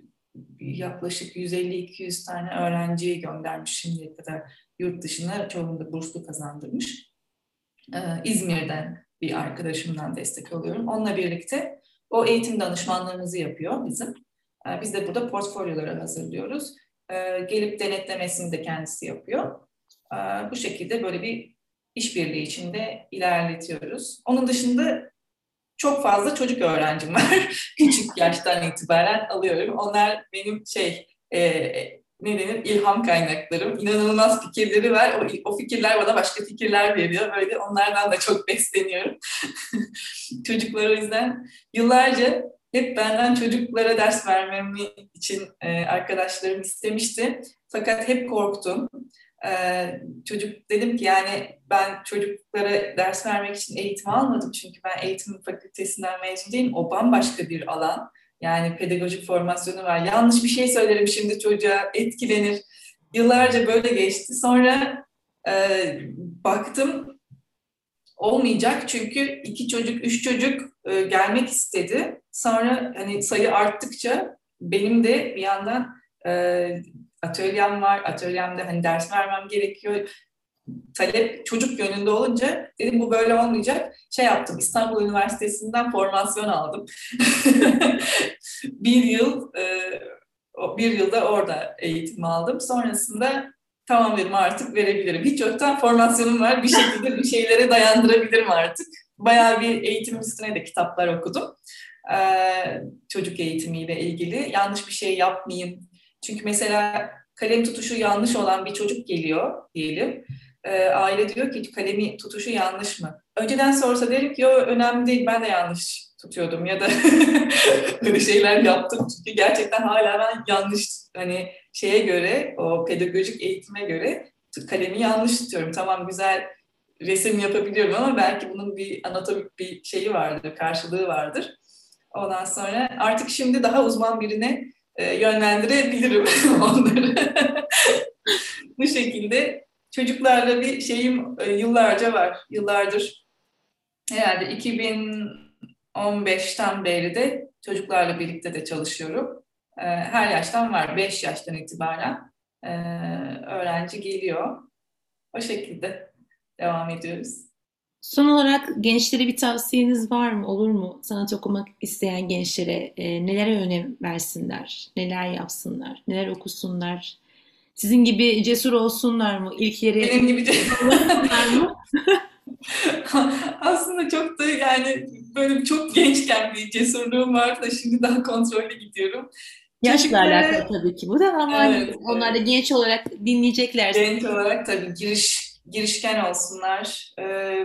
Yaklaşık yüz elli iki yüz tane öğrenciyi göndermiş şimdiye kadar yurt dışına, çoğunda burslu kazandırmış. Ee, İzmir'den bir arkadaşımdan destek alıyorum. Onunla birlikte o eğitim danışmanlığımızı yapıyor bizim. Ee, biz de burada portfolyoları hazırlıyoruz. Ee, gelip denetlemesini de kendisi yapıyor. Ee, bu şekilde böyle bir işbirliği içinde ilerletiyoruz. Onun dışında çok fazla çocuk öğrencim var. Küçük yaştan itibaren alıyorum. Onlar benim şey e, ne denir ilham kaynaklarım. İnanılmaz fikirleri var. O, o fikirler bana başka fikirler veriyor. Böyle onlardan da çok besleniyorum. Çocuklar o yüzden yıllarca hep benden çocuklara ders vermemi için e, arkadaşlarım istemişti. Fakat hep korktum. Ee, çocuk dedim ki yani ben çocuklara ders vermek için eğitim almadım, çünkü ben eğitim fakültesinden mezun değilim. O bambaşka bir alan. Yani pedagojik formasyonu var. Yanlış bir şey söylerim şimdi çocuğa etkilenir. Yıllarca böyle geçti. Sonra e, baktım olmayacak, çünkü iki çocuk, üç çocuk e, gelmek istedi. Sonra hani sayı arttıkça benim de bir yandan e, atölyem var. Atölyemde hani ders vermem gerekiyor. Talep çocuk yönünde olunca dedim bu böyle olmayacak. Şey yaptım, İstanbul Üniversitesi'nden formasyon aldım. bir yıl e, bir yılda orada eğitim aldım. Sonrasında tamam dedim, artık verebilirim. Hiç yoktan formasyonum var. Bir şekilde bir şeylere dayandırabilirim artık. Bayağı bir eğitim üstüne de kitaplar okudum. Ee, çocuk eğitimiyle ilgili. Yanlış bir şey yapmayayım. Çünkü mesela kalem tutuşu yanlış olan bir çocuk geliyor diyelim. Ee, aile diyor ki kalemi tutuşu yanlış mı? Önceden sorsa derim ki o önemli değil, ben de yanlış tutuyordum ya da böyle şeyler yaptım. Çünkü gerçekten hala ben yanlış, hani şeye göre, o pedagojik eğitime göre kalemi yanlış tutuyorum. Tamam, güzel resim yapabiliyorum ama belki bunun bir anatomik bir şeyi vardır, karşılığı vardır. Ondan sonra artık şimdi daha uzman birine e, yönlendirebilirim onları. Bu şekilde çocuklarla bir şeyim e, yıllarca var. Yıllardır herhalde iki bin on beşten beri de çocuklarla birlikte de çalışıyorum. Ee, her yaştan var, beş yaştan itibaren ee, öğrenci geliyor. O şekilde devam ediyoruz. Son olarak gençlere bir tavsiyeniz var mı? Olur mu? Sanat okumak isteyen gençlere e, nelere önem versinler? Neler yapsınlar? Neler okusunlar? Sizin gibi cesur olsunlar mı? İlkleri Benim gibi de zorlasınlar mı? aslında çok da yani böyle çok gençken bir cesurluğum vardı da şimdi daha kontrollü gidiyorum. Yaşla alakalı Çocuklara tabii ki bu da ama hani evet, onlar da evet. genç olarak dinleyeceklerse. Genç olarak tabii giriş girişken olsunlar. Ee,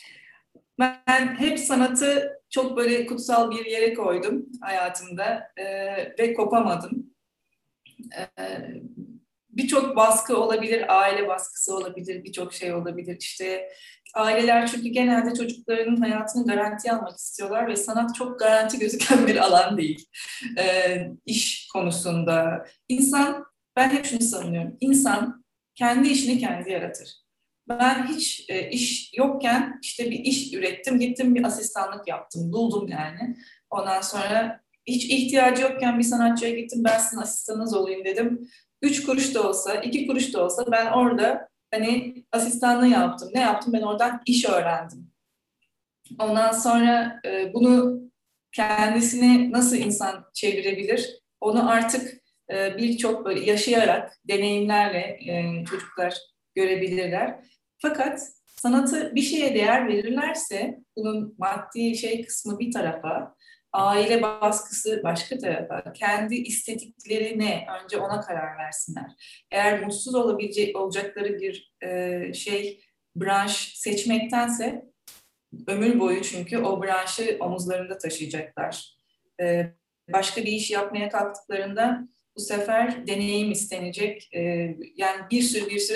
ben hep sanatı çok böyle kutsal bir yere koydum hayatımda ee, ve kopamadım. Ee, birçok baskı olabilir, aile baskısı olabilir, birçok şey olabilir. İşte aileler çünkü genelde çocuklarının hayatını garantiye almak istiyorlar ve sanat çok garanti gözüken bir alan değil. Ee, iş konusunda. İnsan, ben hep şunu savunuyorum, İnsan kendi işini kendi yaratır. Ben hiç e, iş yokken işte bir iş ürettim, gittim bir asistanlık yaptım, buldum yani. Ondan sonra hiç ihtiyacı yokken bir sanatçıya gittim, ben sizin asistanınız olayım dedim. Üç kuruş da olsa, iki kuruş da olsa ben orada hani asistanlığı yaptım. Ne yaptım? Ben oradan iş öğrendim. Ondan sonra e, bunu kendisine nasıl insan çevirebilir? Onu artık e, birçok böyle yaşayarak, deneyimlerle e, çocuklar görebilirler. Fakat sanatı bir şeye değer verirlerse, bunun maddi şey kısmı bir tarafa, aile baskısı başka tarafa, kendi istediklerine önce ona karar versinler. Eğer mutsuz olabilecek olacakları bir e, şey branş seçmektense ömür boyu çünkü o branşı omuzlarında taşıyacaklar. Ee, başka bir iş yapmaya kalktıklarında bu sefer deneyim istenecek. Ee, yani bir sürü bir sürü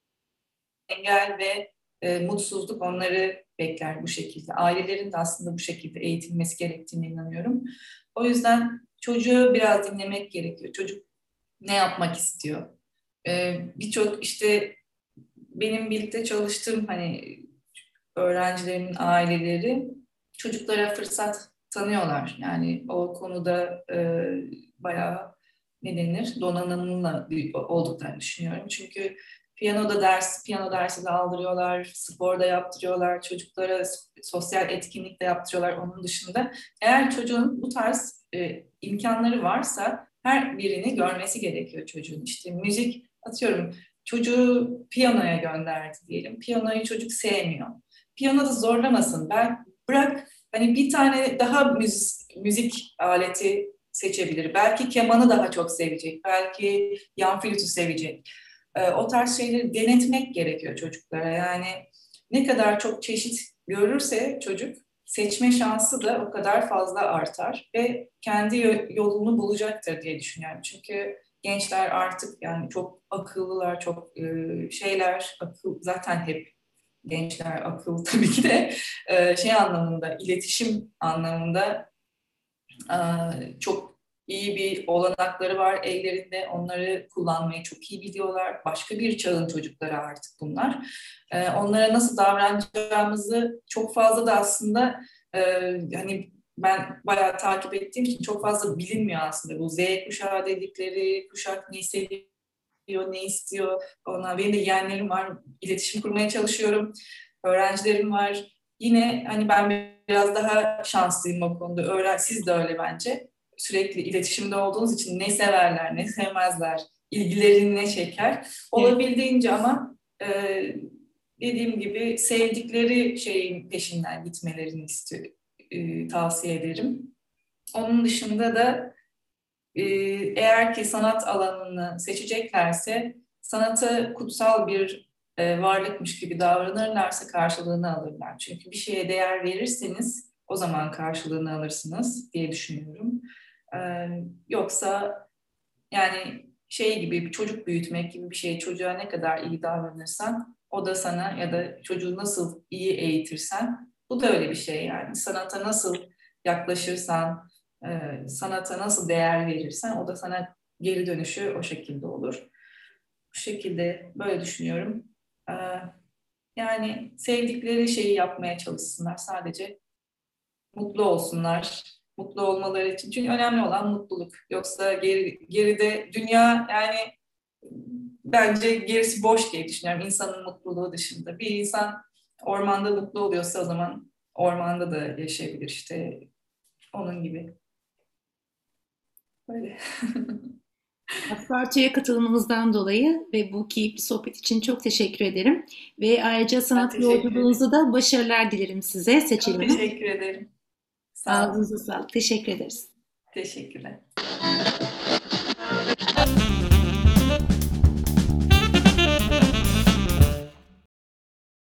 engel ve e, mutsuzluk onları bekler bu şekilde. Ailelerin de aslında bu şekilde eğitilmesi gerektiğine inanıyorum. O yüzden çocuğu biraz dinlemek gerekiyor. Çocuk ne yapmak istiyor? Ee, birçok işte benim birlikte çalıştığım hani öğrencilerimin aileleri çocuklara fırsat tanıyorlar. Yani o konuda e, bayağı ne denir donanımlı olduklarını düşünüyorum. Çünkü piyanoda ders, piyano dersi de aldırıyorlar, spor da yaptırıyorlar, çocuklara sosyal etkinlik de yaptırıyorlar. Onun dışında eğer çocuğun bu tarz e, imkanları varsa her birini görmesi gerekiyor çocuğun. İşte müzik atıyorum çocuğu piyanoya gönderdi diyelim. Piyanoyu çocuk sevmiyor. Piyano da zorlamasın. Ben bırak hani bir tane daha müzik, müzik aleti seçebilir. Belki kemanı daha çok sevecek. Belki yan flütü sevecek. Ee, o tarz şeyleri denetmek gerekiyor çocuklara. Yani ne kadar çok çeşit görürse çocuk seçme şansı da o kadar fazla artar ve kendi yolunu bulacaktır diye düşünüyorum. Çünkü gençler artık yani çok akıllılar, çok e, şeyler, akıl zaten hep gençler akıl tabii ki de e, şey anlamında, iletişim anlamında e, çok iyi bir olanakları var ellerinde. Onları kullanmayı çok iyi biliyorlar. Başka bir çağın çocukları artık bunlar. E, onlara nasıl davranacağımızı çok fazla da aslında e, hani ben bayağı takip ettiğim için çok fazla bilinmiyor aslında. Bu Z kuşağı dedikleri kuşak ne seviyor, ne istiyor. Onlar, benim de yeğenlerim var. İletişim kurmaya çalışıyorum. Öğrencilerim var. Yine hani ben biraz daha şanslıyım o konuda. Öğren siz de öyle bence. Sürekli iletişimde olduğunuz için ne severler, ne sevmezler, ilgilerini ne çeker. Evet. Olabildiğince ama e, dediğim gibi sevdikleri şeyin peşinden gitmelerini istiyor, e, tavsiye ederim. Onun dışında da e, eğer ki sanat alanını seçeceklerse sanatı kutsal bir e, varlıkmış gibi davranırlarsa karşılığını alırlar. Çünkü bir şeye değer verirseniz o zaman karşılığını alırsınız diye düşünüyorum. E, yoksa yani şey gibi bir çocuk büyütmek gibi bir şey çocuğa ne kadar iyi davranırsan o da sana ya da çocuğu nasıl iyi eğitirsen bu da öyle bir şey yani. Sanata nasıl yaklaşırsan, e, sanata nasıl değer verirsen o da sana geri dönüşü o şekilde olur. Bu şekilde böyle düşünüyorum. E, yani sevdikleri şeyi yapmaya çalışsınlar sadece mutlu olsunlar. Mutlu olmaları için. Çünkü önemli olan mutluluk. Yoksa geri, geride dünya yani bence gerisi boş diye düşünüyorum insanın mutluluğu dışında. Bir insan ormanda mutlu oluyorsa o zaman ormanda da yaşayabilir işte onun gibi. Öyle. Paspartu'ya katılımınızdan dolayı ve bu keyifli sohbet için çok teşekkür ederim. Ve ayrıca Ben sanat teşekkür ederim. yolculuğunuzda da başarılar dilerim size Çok seçilime. teşekkür ederim. Sağ olun. Ağzınıza sağlık. Teşekkür ederiz. Teşekkürler.